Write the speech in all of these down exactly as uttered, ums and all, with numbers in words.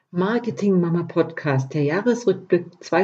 Marketing Mama Podcast, der Jahresrückblick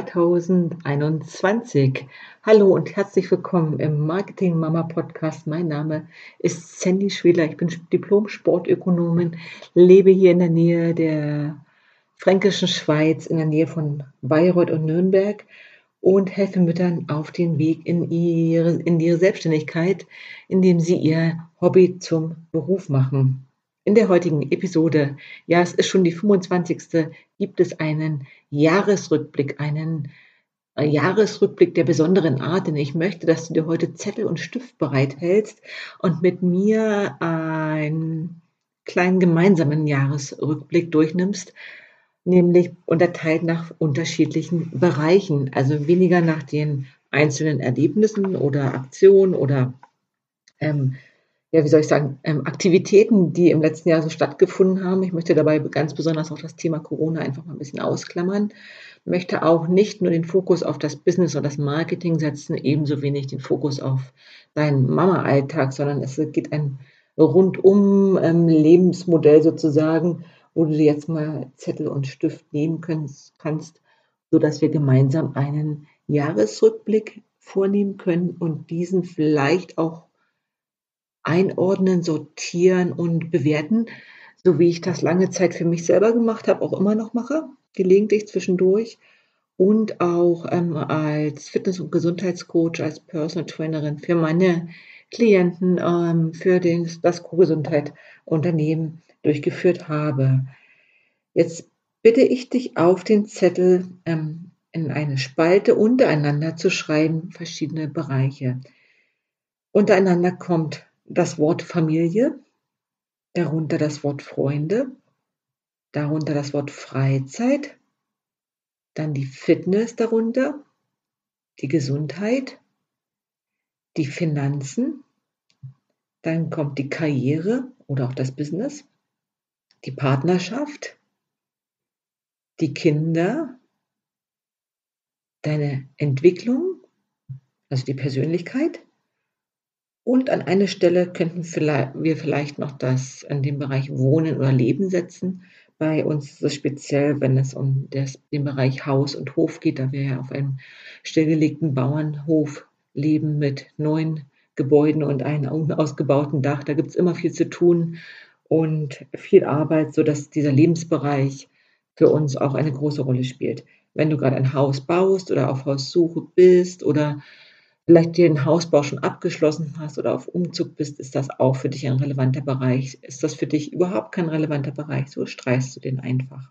zweitausendeinundzwanzig. Hallo und herzlich willkommen im Marketing Mama Podcast. Mein Name ist Sandy Schwedler. Ich bin Diplom-Sportökonomin, lebe hier in der Nähe der Fränkischen Schweiz, in der Nähe von Bayreuth und Nürnberg und helfe Müttern auf den Weg in ihre, in ihre Selbstständigkeit, indem sie ihr Hobby zum Beruf machen. In der heutigen Episode, ja, es ist schon die fünfundzwanzigste, gibt es einen Jahresrückblick, einen äh, Jahresrückblick der besonderen Art, denn ich möchte, dass du dir heute Zettel und Stift bereithältst und mit mir einen kleinen gemeinsamen Jahresrückblick durchnimmst, nämlich unterteilt nach unterschiedlichen Bereichen, also weniger nach den einzelnen Erlebnissen oder Aktionen oder ähm, ja, wie soll ich sagen, ähm, Aktivitäten, die im letzten Jahr so stattgefunden haben. Ich möchte dabei ganz besonders auch das Thema Corona einfach mal ein bisschen ausklammern. Möchte auch nicht nur den Fokus auf das Business und das Marketing setzen, ebenso wenig den Fokus auf deinen Mama-Alltag, sondern es geht ein rundum ähm, Lebensmodell sozusagen, wo du dir jetzt mal Zettel und Stift nehmen kannst, kannst, sodass wir gemeinsam einen Jahresrückblick vornehmen können und diesen vielleicht auch einordnen, sortieren und bewerten, so wie ich das lange Zeit für mich selber gemacht habe, auch immer noch mache, gelegentlich zwischendurch und auch ähm, als Fitness- und Gesundheitscoach, als Personal Trainerin für meine Klienten, ähm, für den, das Co-Gesundheit Unternehmen durchgeführt habe. Jetzt bitte ich dich auf den Zettel ähm, in eine Spalte untereinander zu schreiben, verschiedene Bereiche. Untereinander kommt das Wort Familie, darunter das Wort Freunde, darunter das Wort Freizeit, dann die Fitness darunter, die Gesundheit, die Finanzen, dann kommt die Karriere oder auch das Business, die Partnerschaft, die Kinder, deine Entwicklung, also die Persönlichkeit. Und an eine Stelle könnten wir vielleicht noch das in dem Bereich Wohnen oder Leben setzen. Bei uns ist es speziell, wenn es um das, den Bereich Haus und Hof geht, da wir ja auf einem stillgelegten Bauernhof leben mit neun Gebäuden und einem unausgebauten Dach. Da gibt es immer viel zu tun und viel Arbeit, sodass dieser Lebensbereich für uns auch eine große Rolle spielt. Wenn du gerade ein Haus baust oder auf Haussuche bist oder vielleicht den Hausbau schon abgeschlossen hast oder auf Umzug bist, ist das auch für dich ein relevanter Bereich. Ist das für dich überhaupt kein relevanter Bereich, so streichst du den einfach.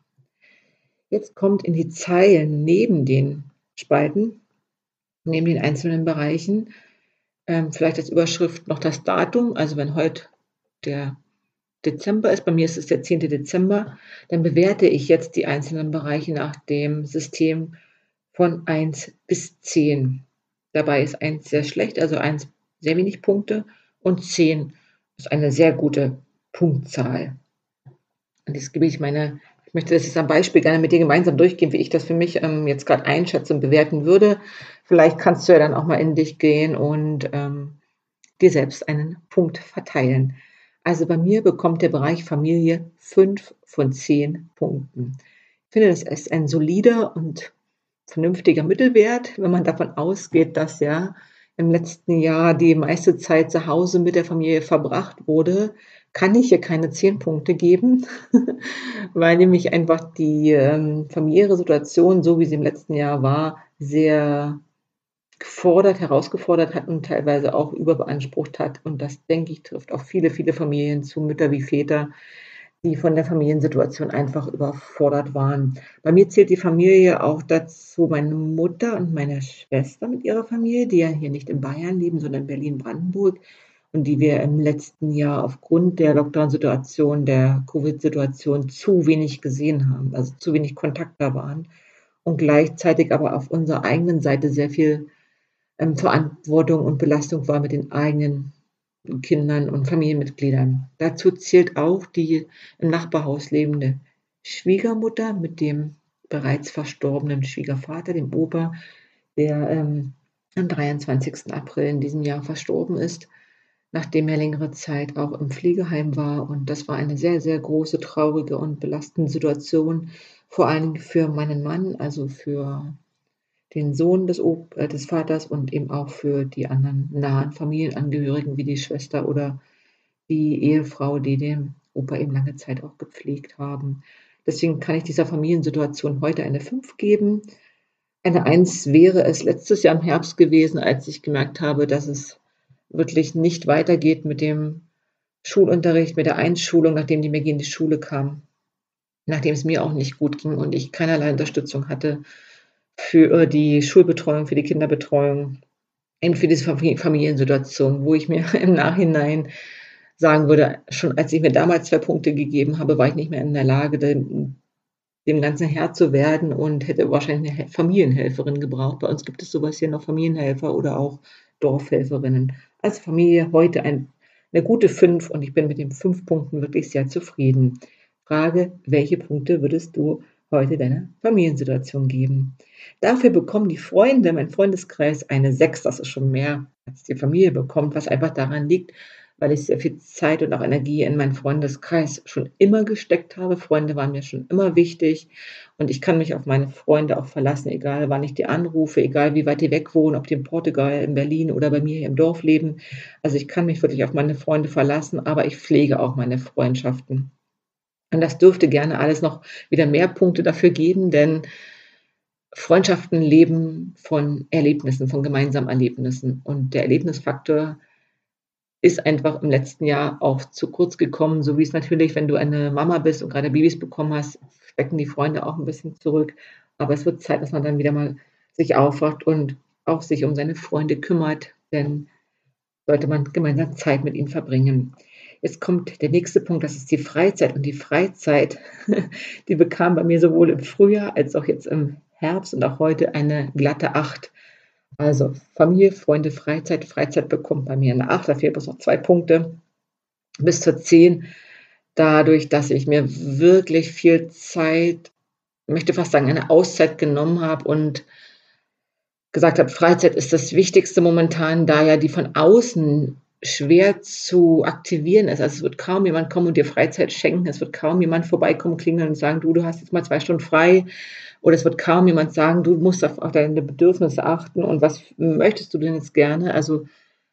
Jetzt kommt in die Zeilen neben den Spalten, neben den einzelnen Bereichen, ähm, vielleicht als Überschrift noch das Datum. Also wenn heute der Dezember ist, bei mir ist es der zehnte Dezember, dann bewerte ich jetzt die einzelnen Bereiche nach dem System von eins bis zehn. Dabei ist eins sehr schlecht, also eins sehr wenig Punkte und zehn ist eine sehr gute Punktzahl. Und jetzt gebe ich meine, ich möchte das jetzt am Beispiel gerne mit dir gemeinsam durchgehen, wie ich das für mich ähm, jetzt gerade einschätze und bewerten würde. Vielleicht kannst du ja dann auch mal in dich gehen und ähm, dir selbst einen Punkt verteilen. Also bei mir bekommt der Bereich Familie fünf von zehn Punkten. Ich finde, das ist ein solider und vernünftiger Mittelwert, wenn man davon ausgeht, dass ja im letzten Jahr die meiste Zeit zu Hause mit der Familie verbracht wurde, kann ich hier keine zehn Punkte geben, weil nämlich einfach die ähm, familiäre Situation, so wie sie im letzten Jahr war, sehr gefordert, herausgefordert hat und teilweise auch überbeansprucht hat. Und das, denke ich, trifft auf viele, viele Familien zu, Mütter wie Väter, die von der Familiensituation einfach überfordert waren. Bei mir zählt die Familie auch dazu meine Mutter und meine Schwester mit ihrer Familie, die ja hier nicht in Bayern leben, sondern in Berlin-Brandenburg und die wir im letzten Jahr aufgrund der Lockdown-Situation, der Covid-Situation zu wenig gesehen haben, also zu wenig Kontakt da waren und gleichzeitig aber auf unserer eigenen Seite sehr viel ähm, Verantwortung und Belastung war mit den eigenen Kindern und Familienmitgliedern. Dazu zählt auch die im Nachbarhaus lebende Schwiegermutter mit dem bereits verstorbenen Schwiegervater, dem Opa, der ähm, am dreiundzwanzigsten April in diesem Jahr verstorben ist, nachdem er längere Zeit auch im Pflegeheim war. Und das war eine sehr, sehr große, traurige und belastende Situation, vor allem für meinen Mann, also für den Sohn des Op äh, des Vaters und eben auch für die anderen nahen Familienangehörigen wie die Schwester oder die Ehefrau, die den Opa eben lange Zeit auch gepflegt haben. Deswegen kann ich dieser Familiensituation heute eine fünf geben. Eine eins wäre es letztes Jahr im Herbst gewesen, als ich gemerkt habe, dass es wirklich nicht weitergeht mit dem Schulunterricht, mit der Einschulung, nachdem die Maggie in die Schule kam, nachdem es mir auch nicht gut ging und ich keinerlei Unterstützung hatte für die Schulbetreuung, für die Kinderbetreuung, eben für diese Famili Familiensituation, wo ich mir im Nachhinein sagen würde, schon als ich mir damals zwei Punkte gegeben habe, war ich nicht mehr in der Lage, dem dem Ganzen Herr zu werden und hätte wahrscheinlich 'ne He Familienhelferin gebraucht. Bei uns gibt es so was hier noch, Familienhelfer oder auch Dorfhelferinnen. Als Familie heute ein 'ne gute fünf und ich bin mit den fünf Punkten wirklich sehr zufrieden. Frage: Welche Punkte würdest du heute deiner Familiensituation geben? Dafür bekommen die Freunde, mein Freundeskreis, eine sechs. Das ist schon mehr, als die Familie bekommt, was einfach daran liegt, weil ich sehr viel Zeit und auch Energie in meinen Freundeskreis schon immer gesteckt habe. Freunde waren mir schon immer wichtig und ich kann mich auf meine Freunde auch verlassen, egal wann ich die anrufe, egal wie weit die weg wohnen, ob die in Portugal, in Berlin oder bei mir hier im Dorf leben. Also, ich kann mich wirklich auf meine Freunde verlassen, aber ich pflege auch meine Freundschaften. Und das dürfte gerne alles noch wieder mehr Punkte dafür geben, denn Freundschaften leben von Erlebnissen, von gemeinsamen Erlebnissen. Und der Erlebnisfaktor ist einfach im letzten Jahr auch zu kurz gekommen, so wie es natürlich, wenn du eine Mama bist und grade Babys bekommen hast, stecken die Freunde auch 'n bisschen zurück. Aber es wird Zeit, dass man dann wieder mal sich aufrafft und auch sich um seine Freunde kümmert, denn sollte man gemeinsam Zeit mit ihnen verbringen. Jetzt kommt der nächste Punkt, das ist die Freizeit. Und die Freizeit, die bekam bei mir sowohl im Frühjahr als auch jetzt im Herbst und auch heute eine glatte acht. Also, Familie, Freunde, Freizeit. Freizeit bekommt bei mir 'ne acht, da fehlen bloß noch zwei Punkte bis zur zehn. Dadurch, dass ich mir wirklich viel Zeit, möchte fast sagen, eine Auszeit genommen habe und gesagt habe, Freizeit ist das Wichtigste momentan, da ja die von außen schwer zu aktivieren ist. Also, es wird kaum jemand kommen und dir Freizeit schenken. Es wird kaum jemand vorbeikommen, klingeln und sagen: „Du, du hast jetzt mal zwei Stunden frei.“ Oder es wird kaum jemand sagen: „Du musst auf auf deine Bedürfnisse achten und was möchtest du denn jetzt gerne?“ Also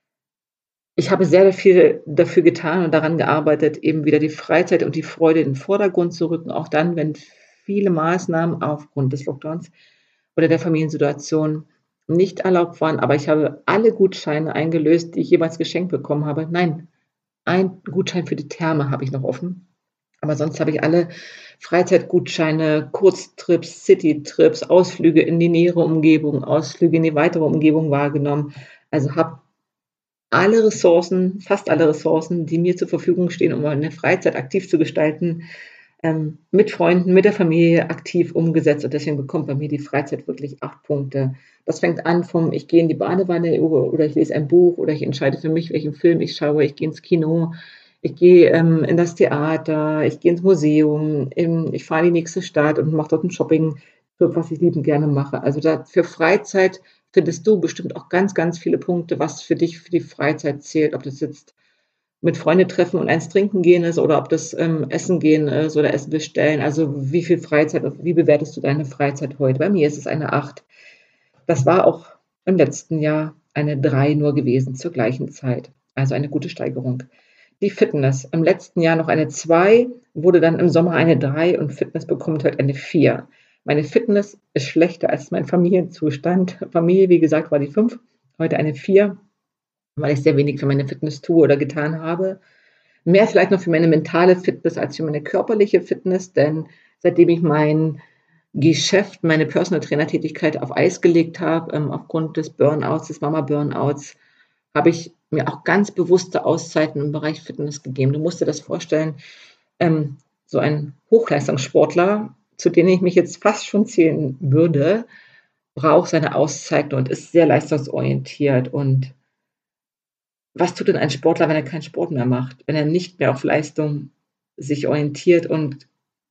ich habe sehr, sehr viel dafür getan und daran gearbeitet, eben wieder die Freizeit und die Freude in den Vordergrund zu rücken, auch dann, wenn viele Maßnahmen aufgrund des Lockdowns oder der Familiensituation nicht erlaubt waren. Aber ich habe alle Gutscheine eingelöst, die ich jemals geschenkt bekommen habe. Nein, ein Gutschein für die Therme habe ich noch offen. Aber sonst habe ich alle Freizeitgutscheine, Kurztrips, Citytrips, Ausflüge in die nähere Umgebung, Ausflüge in die weitere Umgebung wahrgenommen. Also, habe alle Ressourcen fast alle Ressourcen, die mir zur Verfügung stehen, um meine Freizeit aktiv zu gestalten, ähm, mit Freunden, mit der Familie aktiv umgesetzt und deswegen bekommt bei mir die Freizeit wirklich acht Punkte. Das fängt an vom: Ich gehe in die Badewanne oder ich lese ein Buch oder ich entscheide für mich, welchen Film ich schaue. Ich gehe ins Kino, ich gehe, ähm, in das Theater, ich gehe ins Museum, ähm, ich fahre in die nächste Stadt und mache dort 'n Shopping-Trip, was ich liebend gerne mache. Also, da für Freizeit findest du bestimmt auch ganz, ganz viele Punkte, was für dich für die Freizeit zählt, ob das jetzt mit Freunde treffen und eins trinken gehen ist oder ob das, ähm, Essen gehen ist oder Essen bestellen. Also, wie viel Freizeit und wie bewertest du deine Freizeit heute? Bei mir ist es eine acht. Das war auch im letzten Jahr eine drei nur gewesen zur gleichen Zeit, also eine gute Steigerung. Die Fitness, im letzten Jahr noch eine zwei, wurde dann im Sommer eine drei und Fitness bekommt heute eine vier. Meine Fitness ist schlechter als mein Familienzustand. Familie, wie gesagt, war die fünf, heute eine vier, weil ich sehr wenig für meine Fitness tue oder getan habe. Mehr vielleicht noch für meine mentale Fitness als für meine körperliche Fitness, denn seitdem ich mein Geschäft, meine Personal-Trainer-Tätigkeit auf Eis gelegt habe, ähm, aufgrund des Burnouts, des Mama-Burnouts, habe ich mir auch ganz bewusste Auszeiten im Bereich Fitness gegeben. Du musst dir das vorstellen, ähm, so ein Hochleistungssportler, zu denen ich mich jetzt fast schon zählen würde, braucht seine Auszeiten und ist sehr leistungsorientiert. Und was tut denn ein Sportler, wenn er keinen Sport mehr macht, wenn er nicht mehr auf Leistung sich orientiert und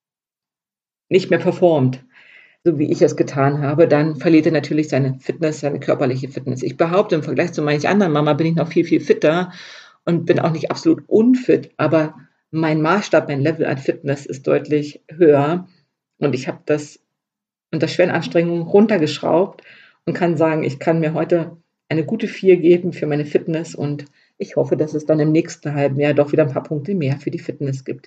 nicht mehr performt, so wie ich es getan habe, dann verliert er natürlich seine Fitness, seine körperliche Fitness. Ich behaupte, im Vergleich zu manch anderen Mama bin ich noch viel, viel fitter und bin auch nicht absolut unfit, aber mein Maßstab, mein Level an Fitness ist deutlich höher. Und ich habe das unter schweren Anstrengungen runtergeschraubt und kann sagen, ich kann mir heute eine gute vier geben für meine Fitness und ich hoffe, dass es dann im nächsten halben Jahr doch wieder 'n paar Punkte mehr für die Fitness gibt.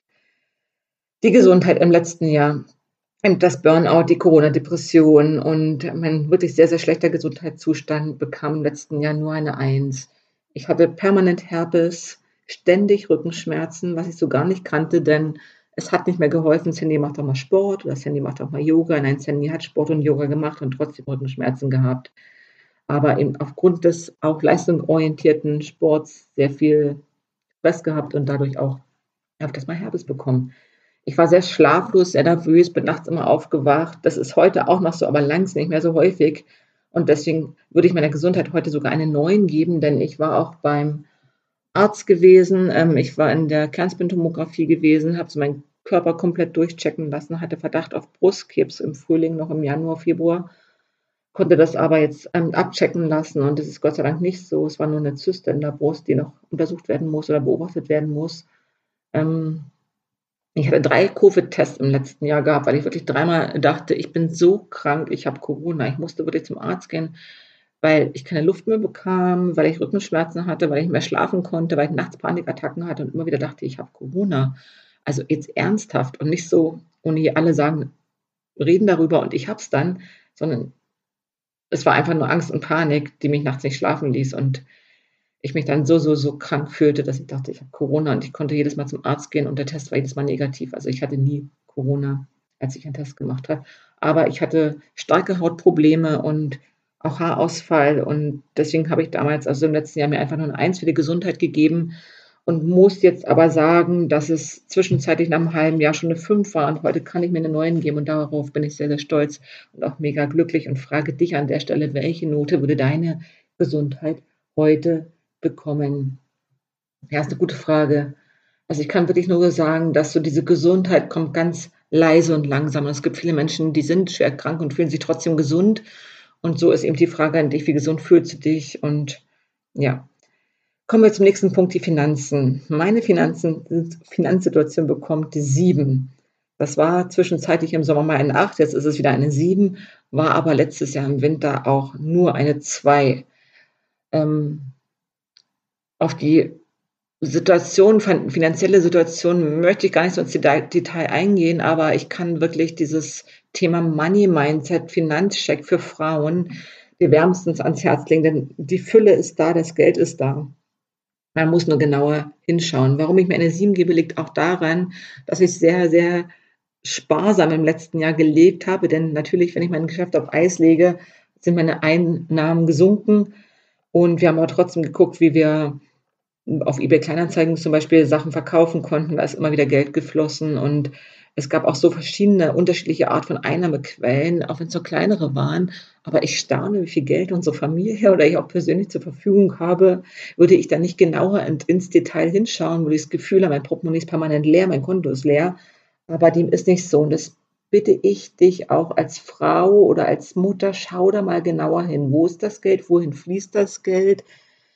Die Gesundheit im letzten Jahr, ähm, das Burnout, die Corona-Depression und mein wirklich sehr, sehr schlechter Gesundheitszustand bekam im letzten Jahr nur eine eins. Ich hatte permanent Herpes, ständig Rückenschmerzen, was ich so gar nicht kannte, denn es hat nicht mehr geholfen. Sandy macht doch mal Sport oder Sandy macht doch mal Yoga. Nein, Sandy hat Sport und Yoga gemacht und trotzdem Rückenschmerzen gehabt. Aber eben aufgrund des auch leistungsorientierten Sports sehr viel Stress gehabt und dadurch auch öfters mal Herpes bekommen. Ich war sehr schlaflos, sehr nervös, bin nachts immer aufgewacht. Das ist heute auch noch so, aber längst nicht mehr so häufig. Und deswegen würde ich meiner Gesundheit heute sogar eine neun geben, denn ich war auch beim Arzt gewesen. Ähm, ich war in der Kernspintomographie gewesen, habe so meinen Körper komplett durchchecken lassen, hatte Verdacht auf Brustkrebs im Frühling, noch im Januar, Februar, konnte das aber jetzt, ähm, abchecken lassen und das ist Gott sei Dank nicht so. Es war nur 'ne Zyste in der Brust, die noch untersucht werden muss oder beobachtet werden muss. Ähm, ich hatte drei Covid-Tests im letzten Jahr gehabt, weil ich wirklich dreimal dachte: „Ich bin so krank, ich habe Corona.“ Ich musste wirklich zum Arzt gehen, weil ich keine Luft mehr bekam, weil ich Rückenschmerzen hatte, weil ich nicht mehr schlafen konnte, weil ich nachts Panikattacken hatte und immer wieder dachte, ich habe Corona. Also, jetzt ernsthaft und nicht so, ohne alle sagen reden darüber und ich habe es dann, sondern es war einfach nur Angst und Panik, die mich nachts nicht schlafen ließ und ich mich dann so, so, so krank fühlte, dass ich dachte, ich habe Corona und ich konnte jedes Mal zum Arzt gehen und der Test war jedes Mal negativ. Also, ich hatte nie Corona, als ich einen Test gemacht habe. Aber ich hatte starke Hautprobleme und auch Haarausfall und deswegen habe ich damals, also im letzten Jahr, mir einfach nur 'ne eins für die Gesundheit gegeben und muss jetzt aber sagen, dass es zwischenzeitlich nach 'nem halben Jahr schon 'ne fünf war und heute kann ich mir 'ne neun geben und darauf bin ich sehr, sehr stolz und auch mega glücklich und frage dich an der Stelle: Welche Note würde deine Gesundheit heute bekommen? Ja, ist 'ne gute Frage. Also, ich kann wirklich nur sagen, dass so diese Gesundheit kommt ganz leise und langsam und es gibt viele Menschen, die sind schwer krank und fühlen sich trotzdem gesund und so ist eben die Frage an dich: Wie gesund fühlst du dich? Und ja. Kommen wir zum nächsten Punkt, die Finanzen. Meine Finanzen sind Finanzsituation bekommt die sieben. Das war zwischenzeitlich im Sommer mal eine acht, jetzt ist es wieder eine sieben, war aber letztes Jahr im Winter auch nur eine zwei. Ähm auf die Situation fin finanzielle Situation möchte ich gar nicht so ins Detail Detail eingehen, aber ich kann wirklich dieses Thema Money Mindset, Finanzcheck für Frauen dir wärmstens ans Herz legen, denn die Fülle ist da, das Geld ist da. Man muss nur genauer hinschauen. Warum ich mir eine sieben gebe, liegt auch daran, dass ich sehr, sehr sparsam im letzten Jahr gelebt habe, denn natürlich, wenn ich mein Geschäft auf Eis lege, sind meine Einnahmen gesunken und wir haben aber trotzdem geguckt, wie wir auf eBay Kleinanzeigen zum Beispiel Sachen verkaufen konnten. Da ist immer wieder Geld geflossen und es gab auch so verschiedene unterschiedliche Art von Einnahmequellen, auch wenn's nur kleinere waren. Aber ich staune, wie viel Geld unsere Familie oder ich auch persönlich zur Verfügung habe. Würde ich da nicht genauer int ins Detail hinschauen, würde ich das Gefühl haben, mein Portemonnaie ist permanent leer, mein Konto ist leer. Aber dem ist nicht so und das bitte ich dich auch als Frau oder als Mutter, schau da mal genauer hin. Wo ist das Geld? Wohin fließt das Geld?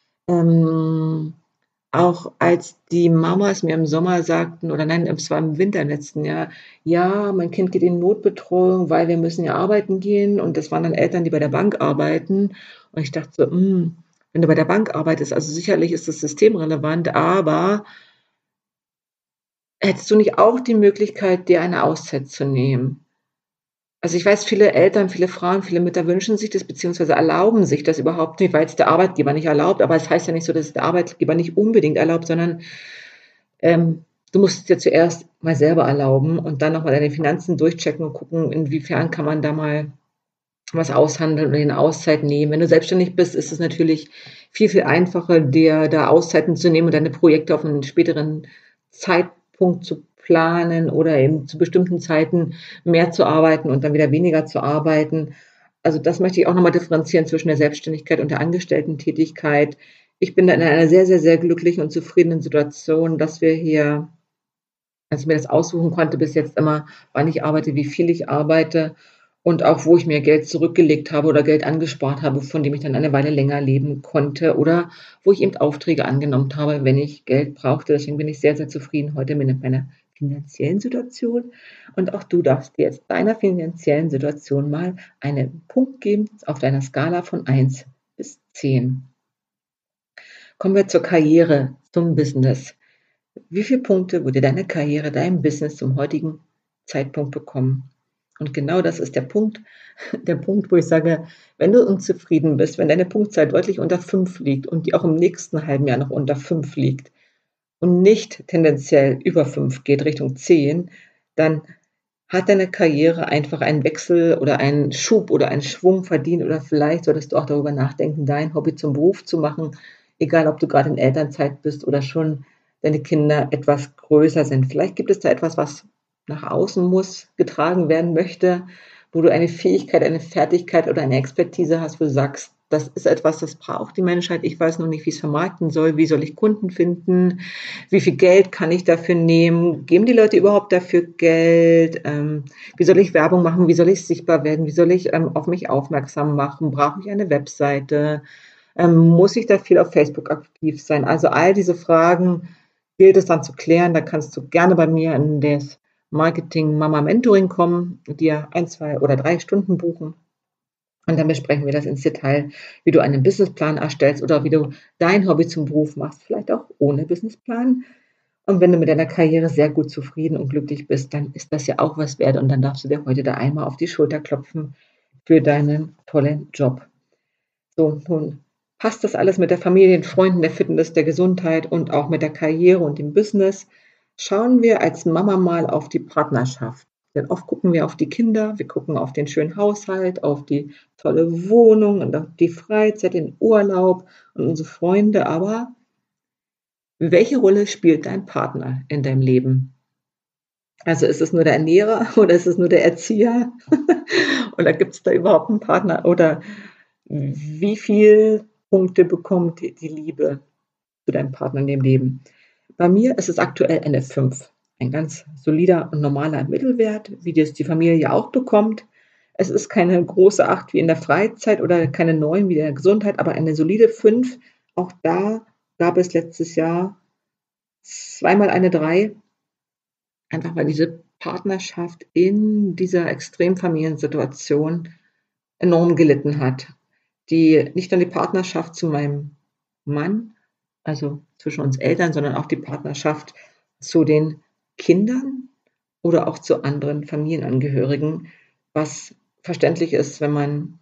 Ähm, auch als die Mamas mir im Sommer sagten oder nein, es war im Winter im letzten Jahr: „Ja, mein Kind geht in Notbetreuung, weil wir müssen ja arbeiten gehen.“ Und das waren dann Eltern, die bei der Bank arbeiten. Und ich dachte so: „Hm, wenn du bei der Bank arbeitest, also sicherlich ist das systemrelevant, aber“ „hättest du nicht auch die Möglichkeit, dir eine Auszeit zu nehmen?“ Also, ich weiß, viele Eltern, viele Frauen, viele Mütter wünschen sich das beziehungsweise erlauben sich das überhaupt nicht, weil's der Arbeitgeber nicht erlaubt. Aber es heißt ja nicht so, dass es der Arbeitgeber nicht unbedingt erlaubt, sondern, ähm, du musst es dir zuerst mal selber erlauben und dann noch mal deine Finanzen durchchecken und gucken, inwiefern kann man da mal was aushandeln oder dir 'ne Auszeit nehmen. Wenn du selbstständig bist, ist es natürlich viel, viel einfacher, dir da Auszeiten zu nehmen und deine Projekte auf 'n späteren Zeitpunkt zu planen oder eben zu bestimmten Zeiten mehr zu arbeiten und dann wieder weniger zu arbeiten. Also, das möchte ich auch noch mal differenzieren zwischen der Selbstständigkeit und der Angestellten-Tätigkeit. Ich bin da in einer sehr, sehr, sehr glücklichen und zufriedenen Situation, dass wir hier dass ich mir das aussuchen konnte bis jetzt immer, wann ich arbeite, wie viel ich arbeite und auch wo ich mir Geld zurückgelegt habe oder Geld angespart habe, von dem ich dann eine Weile länger leben konnte oder wo ich eben Aufträge angenommen habe, wenn ich Geld brauchte. Deswegen bin ich sehr, sehr zufrieden heute mit meiner finanziellen Situation und auch du darfst dir jetzt deiner finanziellen Situation mal einen Punkt geben auf deiner Skala von eins bis zehn. Kommen wir zur Karriere, zum Business. Wie viele Punkte würde deine Karriere, dein Business zum heutigen Zeitpunkt bekommen? Und genau das ist der Punkt der Punkt, wo ich sage, wenn du unzufrieden bist, wenn deine Punktzahl deutlich unter fünf liegt und die auch im nächsten halben Jahr noch unter fünf liegt und nicht tendenziell über fünf geht, Richtung zehn, dann hat deine Karriere einfach einen Wechsel oder einen Schub oder einen Schwung verdient oder vielleicht solltest du auch darüber nachdenken, dein Hobby zum Beruf zu machen, egal ob du gerade in Elternzeit bist oder schon deine Kinder etwas größer sind. Vielleicht gibt es da etwas, was nach außen muss, getragen werden möchte, wo du eine Fähigkeit, eine Fertigkeit oder eine Expertise hast, wo du sagst, das ist etwas, das braucht die Menschheit. Ich weiß noch nicht, wie ich es vermarkten soll. Wie soll ich Kunden finden? Wie viel Geld kann ich dafür nehmen? Geben die Leute überhaupt dafür Geld? Ähm, wie soll ich Werbung machen? Wie soll ich sichtbar werden? Wie soll ich ähm, auf mich aufmerksam machen? Brauche ich eine Webseite? Ähm, muss ich da viel auf Facebook aktiv sein? Also all diese Fragen gilt es dann zu klären. Da kannst du gerne bei mir in das Marketing Mama Mentoring kommen, dir ein, zwei oder drei Stunden buchen. Und dann besprechen wir das ins Detail, wie du einen Businessplan erstellst oder wie du dein Hobby zum Beruf machst, vielleicht auch ohne Businessplan. Und wenn du mit deiner Karriere sehr gut zufrieden und glücklich bist, dann ist das ja auch was wert und dann darfst du dir heute da einmal auf die Schulter klopfen für deinen tollen Job. So, nun passt das alles mit der Familie, den Freunden, der Fitness, der Gesundheit und auch mit der Karriere und dem Business. Schauen wir als Mama mal auf die Partnerschaft. Denn oft gucken wir auf die Kinder, wir gucken auf den schönen Haushalt, auf die tolle Wohnung und auf die Freizeit, den Urlaub und unsere Freunde. Aber welche Rolle spielt dein Partner in deinem Leben? Also ist es nur der Ernährer oder ist es nur der Erzieher? Oder gibt es da überhaupt einen Partner? Oder wie viel Punkte bekommt die die Liebe zu deinem Partner in dem Leben? Bei mir ist es aktuell eine fünf. Ein ganz solider und normaler Mittelwert, wie das die Familie ja auch bekommt. Es ist keine große acht wie in der Freizeit oder keine neun wie in der Gesundheit, aber eine solide fünf. Auch da gab es letztes Jahr zweimal eine drei, einfach weil diese Partnerschaft in dieser Extremfamiliensituation enorm gelitten hat. Die nicht nur die Partnerschaft zu meinem Mann, also zwischen uns Eltern, sondern auch die Partnerschaft zu den Kindern oder auch zu anderen Familienangehörigen, was verständlich ist, wenn man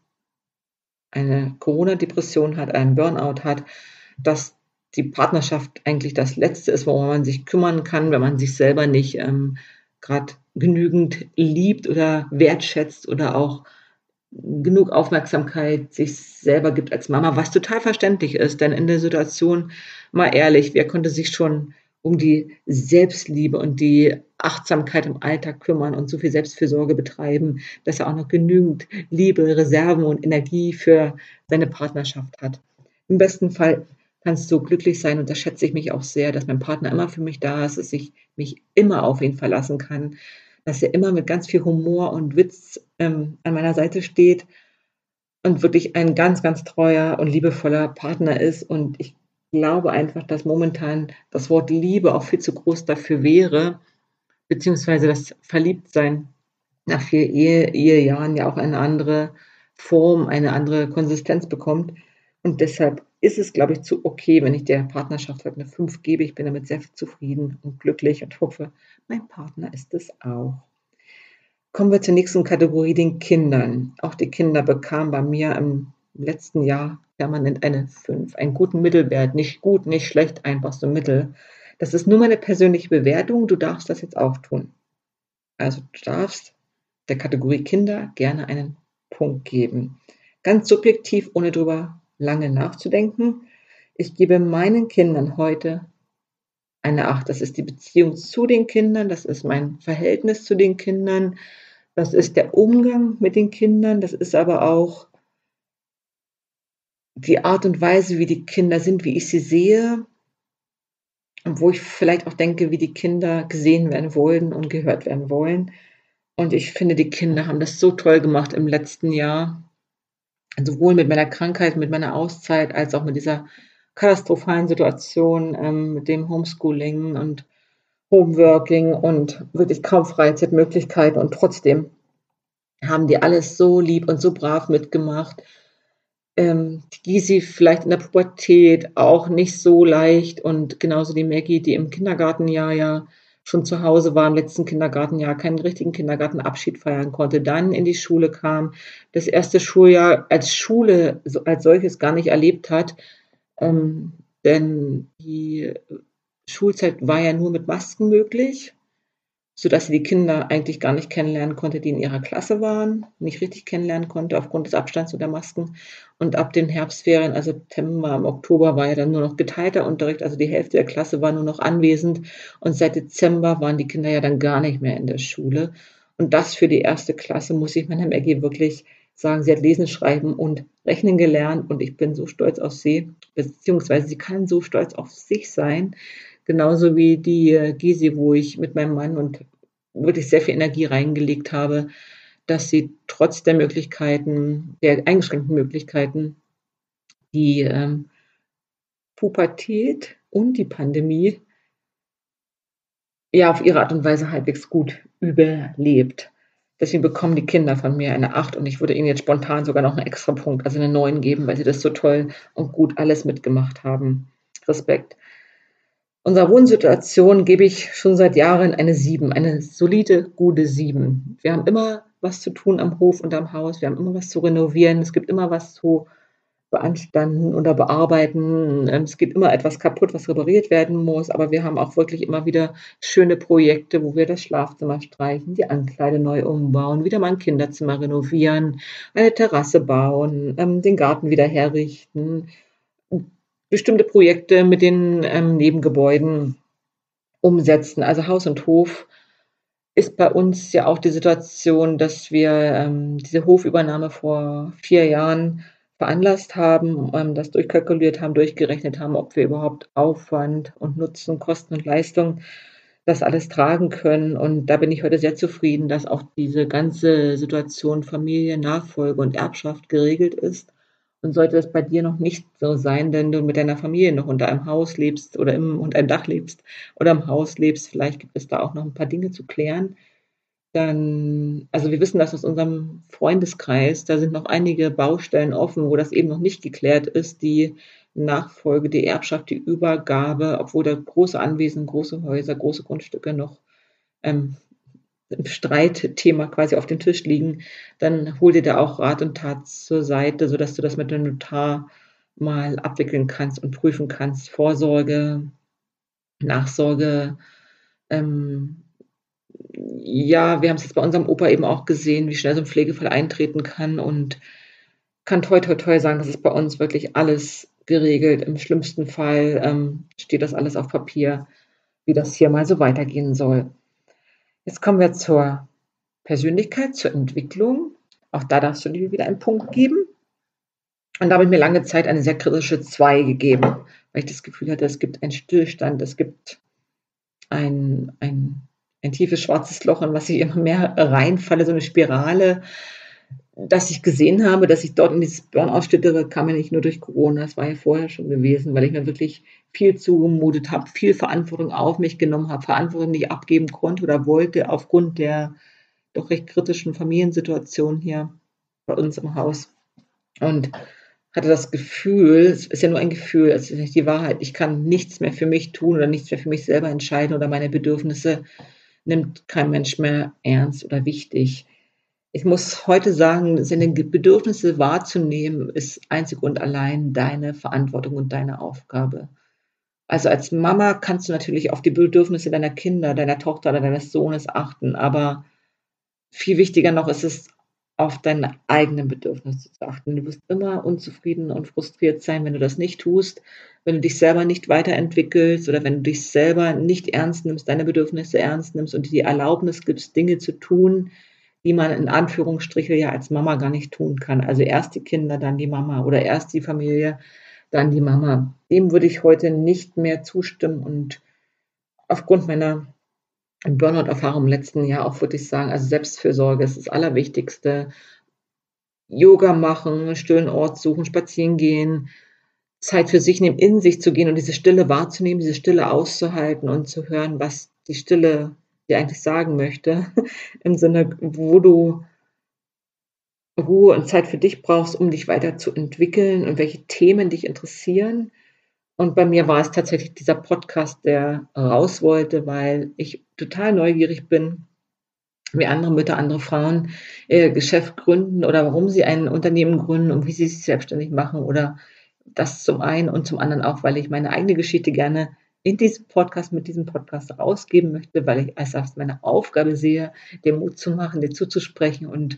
eine Corona-Depression hat, einen Burnout hat, dass die Partnerschaft eigentlich das Letzte ist, worum man sich kümmern kann, wenn man sich selber nicht ähm, grad genügend liebt oder wertschätzt oder auch genug Aufmerksamkeit sich selber gibt als Mama, was total verständlich ist, denn in der Situation, mal ehrlich, wer konnte sich schon um die Selbstliebe und die Achtsamkeit im Alltag kümmern und so viel Selbstfürsorge betreiben, dass er auch noch genügend Liebe, Reserven und Energie für seine Partnerschaft hat. Im besten Fall kannst du glücklich sein und da schätze ich mich auch sehr, dass mein Partner immer für mich da ist, dass ich mich immer auf ihn verlassen kann, dass er immer mit ganz viel Humor und Witz, ähm, an meiner Seite steht und wirklich ein ganz, ganz treuer und liebevoller Partner ist. Und ich glaube einfach, dass momentan das Wort Liebe auch viel zu groß dafür wäre, beziehungsweise das Verliebtsein nach vier Ehe Ehejahren ja auch eine andere Form, eine andere Konsistenz bekommt. Und deshalb ist es, glaube ich, zu okay, wenn ich der Partnerschaft halt 'ne fünf gebe. Ich bin damit sehr zufrieden und glücklich und hoffe, mein Partner ist es auch. Kommen wir zur nächsten Kategorie, den Kindern. Auch die Kinder bekamen bei mir im letzten Jahr permanent eine fünf, einen guten Mittelwert, nicht gut, nicht schlecht, einfach so mittel. Das ist nur meine persönliche Bewertung, du darfst das jetzt auch tun. Also, du darfst der Kategorie Kinder gerne einen Punkt geben. Ganz subjektiv, ohne drüber lange nachzudenken. Ich gebe meinen Kindern heute eine acht. Das ist die Beziehung zu den Kindern, das ist mein Verhältnis zu den Kindern, das ist der Umgang mit den Kindern, das ist aber auch die Art und Weise, wie die Kinder sind, wie ich sie sehe und wo ich vielleicht auch denke, wie die Kinder gesehen werden wollen und gehört werden wollen. Und ich finde, die Kinder haben das so toll gemacht im letzten Jahr, sowohl mit meiner Krankheit, mit meiner Auszeit, als auch mit dieser katastrophalen Situation, ähm, mit dem Homeschooling und Homeworking und wirklich kaum Freizeitmöglichkeiten und trotzdem haben die alles so lieb und so brav mitgemacht. Ähm, die Gysi vielleicht in der Pubertät auch nicht so leicht und genauso die Maggie, die im Kindergartenjahr ja schon zu Hause war, im letzten Kindergartenjahr keinen richtigen Kindergartenabschied feiern konnte, dann in die Schule kam, das erste Schuljahr als Schule so als solches gar nicht erlebt hat, ähm, denn die Schulzeit war ja nur mit Masken möglich, sodass sie die Kinder eigentlich gar nicht kennenlernen konnte, die in ihrer Klasse waren, nicht richtig kennenlernen konnte aufgrund des Abstands und der Masken. Und ab den Herbstferien, also September, im Oktober war ja dann nur noch geteilter Unterricht, also die Hälfte der Klasse war nur noch anwesend und seit Dezember waren die Kinder ja dann gar nicht mehr in der Schule. Und das für die erste Klasse, muss ich meiner Maggie wirklich sagen. Sie hat Lesen, Schreiben und Rechnen gelernt und ich bin so stolz auf sie, beziehungsweise sie kann so stolz auf sich sein, genauso wie die äh, Gysi, wo ich mit meinem Mann und wirklich sehr viel Energie reingelegt habe, dass sie trotz der Möglichkeiten, der eingeschränkten Möglichkeiten, die ähm, Pubertät und die Pandemie ja auf ihre Art und Weise halbwegs gut überlebt. Deswegen bekommen die Kinder von mir eine acht und ich würde ihnen jetzt spontan sogar noch einen Extrapunkt, also eine neun geben, weil sie das so toll und gut alles mitgemacht haben. Respekt. Unserer Wohnsituation gebe ich schon seit Jahren eine sieben, eine solide, gute sieben. Wir haben immer was zu tun am Hof und am Haus. Wir haben immer was zu renovieren. Es gibt immer was zu beanstanden oder bearbeiten. Ähm, es geht immer etwas kaputt, was repariert werden muss. Aber wir haben auch wirklich immer wieder schöne Projekte, wo wir das Schlafzimmer streichen, die Ankleide neu umbauen, wieder mal ein Kinderzimmer renovieren, eine Terrasse bauen, ähm, den Garten wieder herrichten, bestimmte Projekte mit den ähm, Nebengebäuden umsetzen. Also Haus und Hof ist bei uns ja auch die Situation, dass wir ähm, diese Hofübernahme vor vier Jahren veranlasst haben, ähm, das durchkalkuliert haben, durchgerechnet haben, ob wir überhaupt Aufwand und Nutzen, Kosten und Leistung das alles tragen können. Und da bin ich heute sehr zufrieden, dass auch diese ganze Situation Familie, Nachfolge und Erbschaft geregelt ist. Und sollte das bei dir noch nicht so sein, denn du mit deiner Familie noch unter einem Haus lebst oder im, unter einem Dach lebst oder im Haus lebst, vielleicht gibt es da auch noch ein paar Dinge zu klären. Dann, also wir wissen das aus unserem Freundeskreis, da sind noch einige Baustellen offen, wo das eben noch nicht geklärt ist, die Nachfolge, die Erbschaft, die Übergabe, obwohl da große Anwesen, große Häuser, große Grundstücke noch ähm, im Streitthema quasi auf dem Tisch liegen, dann hol dir da auch Rat und Tat zur Seite, sodass du das mit dem Notar mal abwickeln kannst und prüfen kannst. Vorsorge, Nachsorge, ähm, ja, wir haben es jetzt bei unserem Opa eben auch gesehen, wie schnell so 'n Pflegefall eintreten kann und kann toi toi toi sagen, das ist bei uns wirklich alles geregelt. Im schlimmsten Fall, ähm, steht das alles auf Papier, wie das hier mal so weitergehen soll. Jetzt kommen wir zur Persönlichkeit, zur Entwicklung. Auch da darfst du dir wieder einen Punkt geben. Und da habe ich mir lange Zeit eine sehr kritische zwei gegeben, weil ich das Gefühl hatte, es gibt einen Stillstand, es gibt ein ein ein tiefes schwarzes Loch, in was ich immer mehr reinfalle, so 'ne Spirale. Dass ich gesehen habe, dass ich dort in dieses Burnout stürze, kam ja nicht nur durch Corona, das war ja vorher schon gewesen, weil ich mir wirklich viel zugemutet habe, viel Verantwortung auf mich genommen habe, Verantwortung nicht abgeben konnte oder wollte aufgrund der doch recht kritischen Familiensituation hier bei uns im Haus. Und hatte das Gefühl, es ist ja nur ein Gefühl, es ist nicht die Wahrheit, ich kann nichts mehr für mich tun oder nichts mehr für mich selber entscheiden oder meine Bedürfnisse nimmt kein Mensch mehr ernst oder wichtig. Ich muss heute sagen, seine Ge Bedürfnisse wahrzunehmen, ist einzig und allein deine Verantwortung und deine Aufgabe. Also, als Mama kannst du natürlich auf die Bedürfnisse deiner Kinder, deiner Tochter oder deines Sohnes achten, aber viel wichtiger noch ist es, auf deine eigenen Bedürfnisse zu achten. Du wirst immer unzufrieden und frustriert sein, wenn du das nicht tust, wenn du dich selber nicht weiterentwickelst oder wenn du dich selber nicht ernst nimmst, deine Bedürfnisse ernst nimmst und dir die Erlaubnis gibst, Dinge zu tun, die man in Anführungsstriche ja als Mama gar nicht tun kann. Also erst die Kinder, dann die Mama oder erst die Familie, dann die Mama. Dem würde ich heute nicht mehr zustimmen und aufgrund meiner Burnout-Erfahrung im letzten Jahr auch wirklich sagen, also Selbstfürsorge ist das Allerwichtigste. Yoga machen, stillen Ort suchen, spazieren gehen, Zeit für sich nehmen, in sich zu gehen und diese Stille wahrzunehmen, diese Stille auszuhalten und zu hören, was die Stille dir eigentlich sagen möchte, im Sinne, wo du Ruhe und Zeit für dich brauchst, um dich weiterzuentwickeln und welche Themen dich interessieren. Und bei mir war es tatsächlich dieser Podcast, der raus wollte, weil ich total neugierig bin, wie andere Mütter, andere Frauen ihr Geschäft gründen oder warum sie ein Unternehmen gründen und wie sie sich selbstständig machen oder das zum einen und zum anderen auch, weil ich meine eigene Geschichte gerne in diesem Podcast mit diesem Podcast rausgeben möchte, weil ich als als meine Aufgabe sehe, dir Mut zu machen, dir zuzusprechen und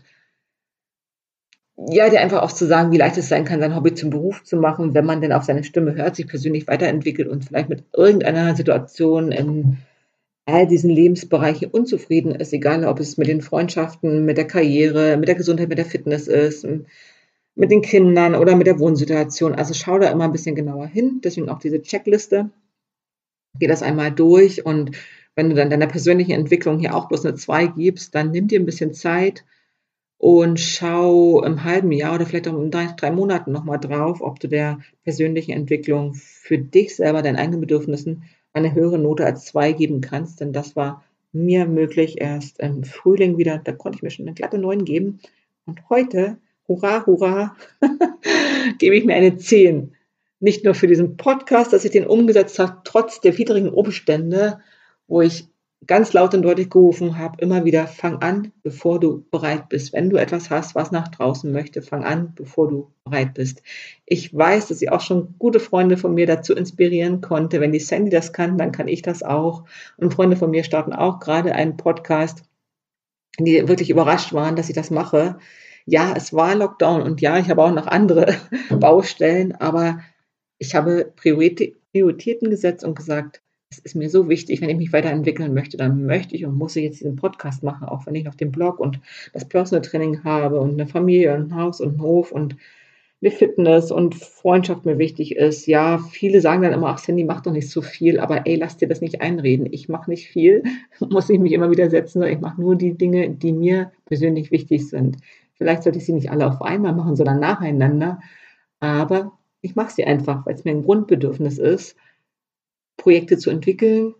ja, dir einfach auch zu sagen, wie leicht es sein kann, sein Hobby zum Beruf zu machen, wenn man denn auf seine Stimme hört, sich persönlich weiterentwickelt und vielleicht mit irgendeiner Situation in all diesen Lebensbereichen unzufrieden ist, egal ob es mit den Freundschaften, mit der Karriere, mit der Gesundheit, mit der Fitness ist, m mit den Kindern oder mit der Wohnsituation. Also, schau da immer 'n bisschen genauer hin, deswegen auch diese Checkliste. Geh das einmal durch und wenn du dann deiner persönlichen Entwicklung hier auch bloß 'ne zwei gibst, dann nimm dir 'n bisschen Zeit und schau im halben Jahr oder vielleicht auch in drei drei Monaten noch mal drauf, ob du der persönlichen Entwicklung für dich selber, deinen eigenen Bedürfnissen eine höhere Note als zwei geben kannst, denn das war mir möglich erst im Frühling wieder. Da konnte ich mir schon 'ne glatte neun geben und heute, hurra, hurra, gebe ich mir eine zehn. Nicht nur für diesen Podcast, dass ich den umgesetzt habe, trotz der widrigen Umstände, wo ich ganz laut und deutlich gerufen habe, immer wieder: „Fang an, bevor du bereit bist. Wenn du etwas hast, was nach draußen möchte, fang an, bevor du bereit bist.“ Ich weiß, dass ich auch schon gute Freunde von mir dazu inspirieren konnte. Wenn die Sandy das kann, dann kann ich das auch. Und Freunde von mir starten auch grade einen Podcast, die wirklich überrascht waren, dass ich das mache. Ja, es war Lockdown und ja, ich habe auch noch andere Baustellen, aber ich habe Prioritä Prioritäten gesetzt und gesagt: „Es ist mir so wichtig, wenn ich mich weiterentwickeln möchte, dann möchte ich und muss ich jetzt diesen Podcast machen, auch wenn ich noch den Blog und das Personal Training habe und 'ne Familie und 'n Haus und 'n Hof und 'ne Fitness und Freundschaft mir wichtig ist.“ Ja, viele sagen dann immer: „Ach Sandy, mach doch nicht so viel.“ Aber ey, lass dir das nicht einreden. Ich mache nicht viel, muss ich mich immer wieder setzen, sondern ich mache nur die Dinge, die mir persönlich wichtig sind. Vielleicht sollte ich sie nicht alle auf einmal machen, sondern nacheinander, aber ich mache sie einfach, weil's mir 'n Grundbedürfnis ist, Projekte zu entwickeln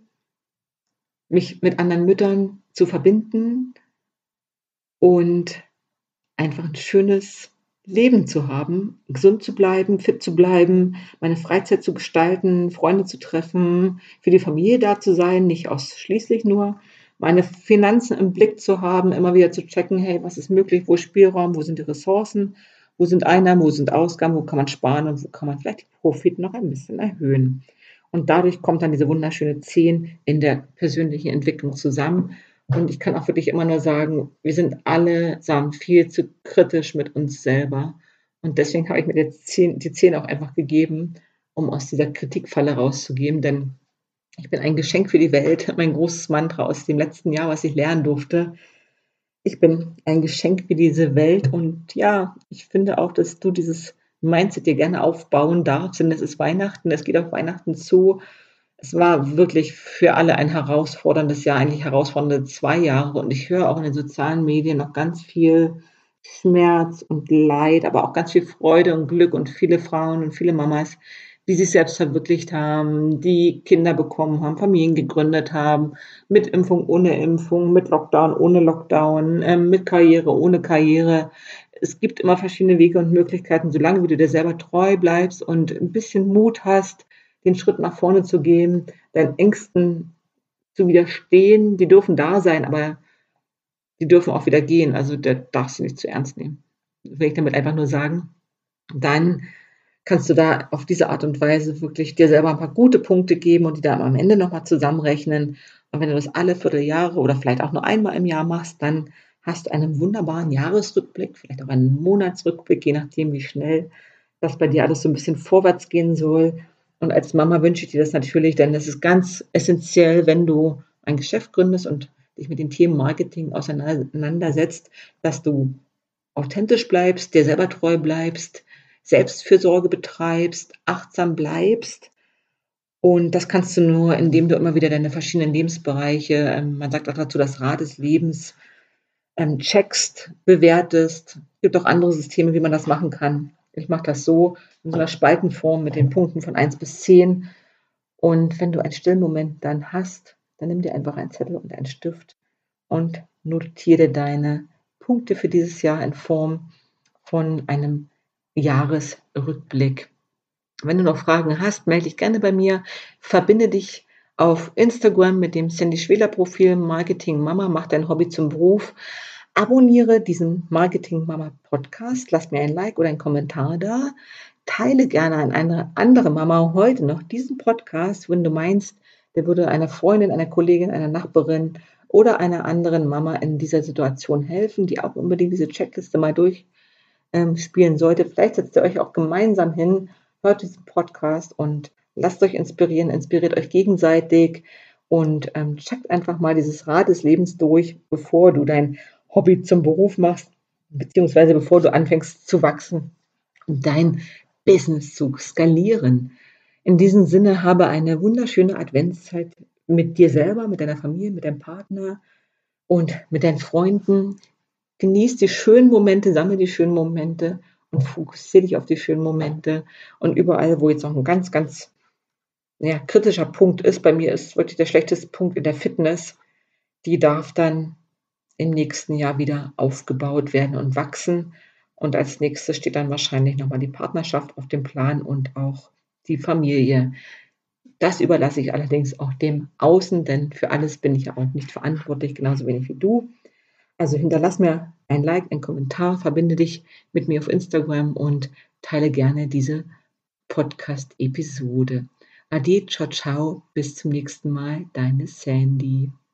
mich mit anderen Müttern zu verbinden und einfach 'n schönes Leben zu haben, gesund zu bleiben, fit zu bleiben, meine Freizeit zu gestalten, Freunde zu treffen, für die Familie da zu sein, nicht ausschließlich nur, meine Finanzen im Blick zu haben, immer wieder zu checken: „Hey, was ist möglich? Wo ist Spielraum? Wo sind die Ressourcen? Wo sind Einnahmen? Wo sind Ausgaben? Wo kann man sparen und wo kann man vielleicht den Profit noch ein bisschen erhöhen?“ Und dadurch kommt dann diese wunderschöne zehn in der persönlichen Entwicklung zusammen. Und ich kann auch wirklich immer nur sagen, wir sind allesamt viel zu kritisch mit uns selber. Und deswegen habe ich mir jetzt zehn die zehn auch einfach gegeben, um aus dieser Kritikfalle rauszugehen, denn ich bin ein Geschenk für die Welt, mein großes Mantra aus dem letzten Jahr, was ich lernen durfte. Ich bin ein Geschenk für diese Welt und ja, ich finde auch, dass du dieses Mindset dir gerne aufbauen darfst, denn es ist Weihnachten, es geht auf Weihnachten zu. Es war wirklich für alle ein herausforderndes Jahr, eigentlich herausfordernde zwei Jahre und ich höre auch in den sozialen Medien noch ganz viel Schmerz und Leid, aber auch ganz viel Freude und Glück und viele Frauen und viele Mamas, die sich selbst verwirklicht haben, die Kinder bekommen haben, Familien gegründet haben, mit Impfung, ohne Impfung, mit Lockdown, ohne Lockdown, ähm, mit Karriere, ohne Karriere. Es gibt immer verschiedene Wege und Möglichkeiten, solange wie du dir selber treu bleibst und 'n bisschen Mut hast, den Schritt nach vorne zu gehen, deinen Ängsten zu widerstehen. Die dürfen da sein, aber die dürfen auch wieder gehen. Also, da darfst du nicht zu ernst nehmen. Will ich damit einfach nur sagen. Dann kannst du da auf diese Art und Weise wirklich dir selber 'n paar gute Punkte geben und die dann am Ende noch mal zusammenrechnen. Und wenn du das alle Vierteljahre oder vielleicht auch nur einmal im Jahr machst, dann hast du einen wunderbaren Jahresrückblick, vielleicht auch einen Monatsrückblick, je nachdem, wie schnell das bei dir alles so 'n bisschen vorwärts gehen soll. Und als Mama wünsche ich dir das natürlich, denn das ist ganz essenziell, wenn du ein Geschäft gründest und dich mit den Themen Marketing auseinandersetzt, dass du authentisch bleibst, dir selber treu bleibst, Selbstfürsorge betreibst, achtsam bleibst. Und das kannst du nur, indem du immer wieder deine verschiedenen Lebensbereiche, ähm, man sagt auch dazu das Rad des Lebens, ähm, checkst, bewertest. Gibt auch andere Systeme, wie man das machen kann. Ich mache das so in so 'ner Spaltenform mit den Punkten von eins bis zehn. Und wenn du einen stillen Moment dann hast, dann nimm dir einfach einen Zettel und einen Stift und notiere deine Punkte für dieses Jahr in Form von einem Jahresrückblick. Wenn du noch Fragen hast, melde dich gerne bei mir. Verbinde dich auf Instagram mit dem Sandy Schweler Profil Marketing Mama, mach dein Hobby zum Beruf. Abonniere diesen Marketing Mama Podcast, lass mir ein Like oder einen Kommentar da. Teile gerne an eine andere Mama heute noch diesen Podcast, wenn du meinst, der würde einer Freundin, einer Kollegin, einer Nachbarin oder einer anderen Mama in dieser Situation helfen, die auch unbedingt diese Checkliste mal durch ähm, spielen sollte. Vielleicht setzt ihr euch auch gemeinsam hin, hört diesen Podcast und lasst euch inspirieren, inspiriert euch gegenseitig und ähm, checkt einfach mal dieses Rad des Lebens durch, bevor du dein Hobby zum Beruf machst, beziehungsweise bevor du anfängst zu wachsen und dein Business zu skalieren. In diesem Sinne, habe eine wunderschöne Adventszeit mit dir selber, mit deiner Familie, mit deinem Partner und mit deinen Freunden. Genieß die schönen Momente, sammle die schönen Momente und fokussiere dich auf die schönen Momente. Und überall, wo jetzt noch ein ganz, ganz ja, kritischer Punkt ist, bei mir ist wirklich der schlechteste Punkt in der Fitness, die darf dann im nächsten Jahr wieder aufgebaut werden und wachsen. Und als nächstes steht dann wahrscheinlich nochmal die Partnerschaft auf dem Plan und auch die Familie. Das überlasse ich allerdings auch dem Außen, denn für alles bin ich ja auch nicht verantwortlich, genauso wenig wie du. Also hinterlass mir ein Like, einen Kommentar, verbinde dich mit mir auf Instagram und teile gerne diese Podcast-Episode. Ade, ciao, ciao, bis zum nächsten Mal, deine Sandy.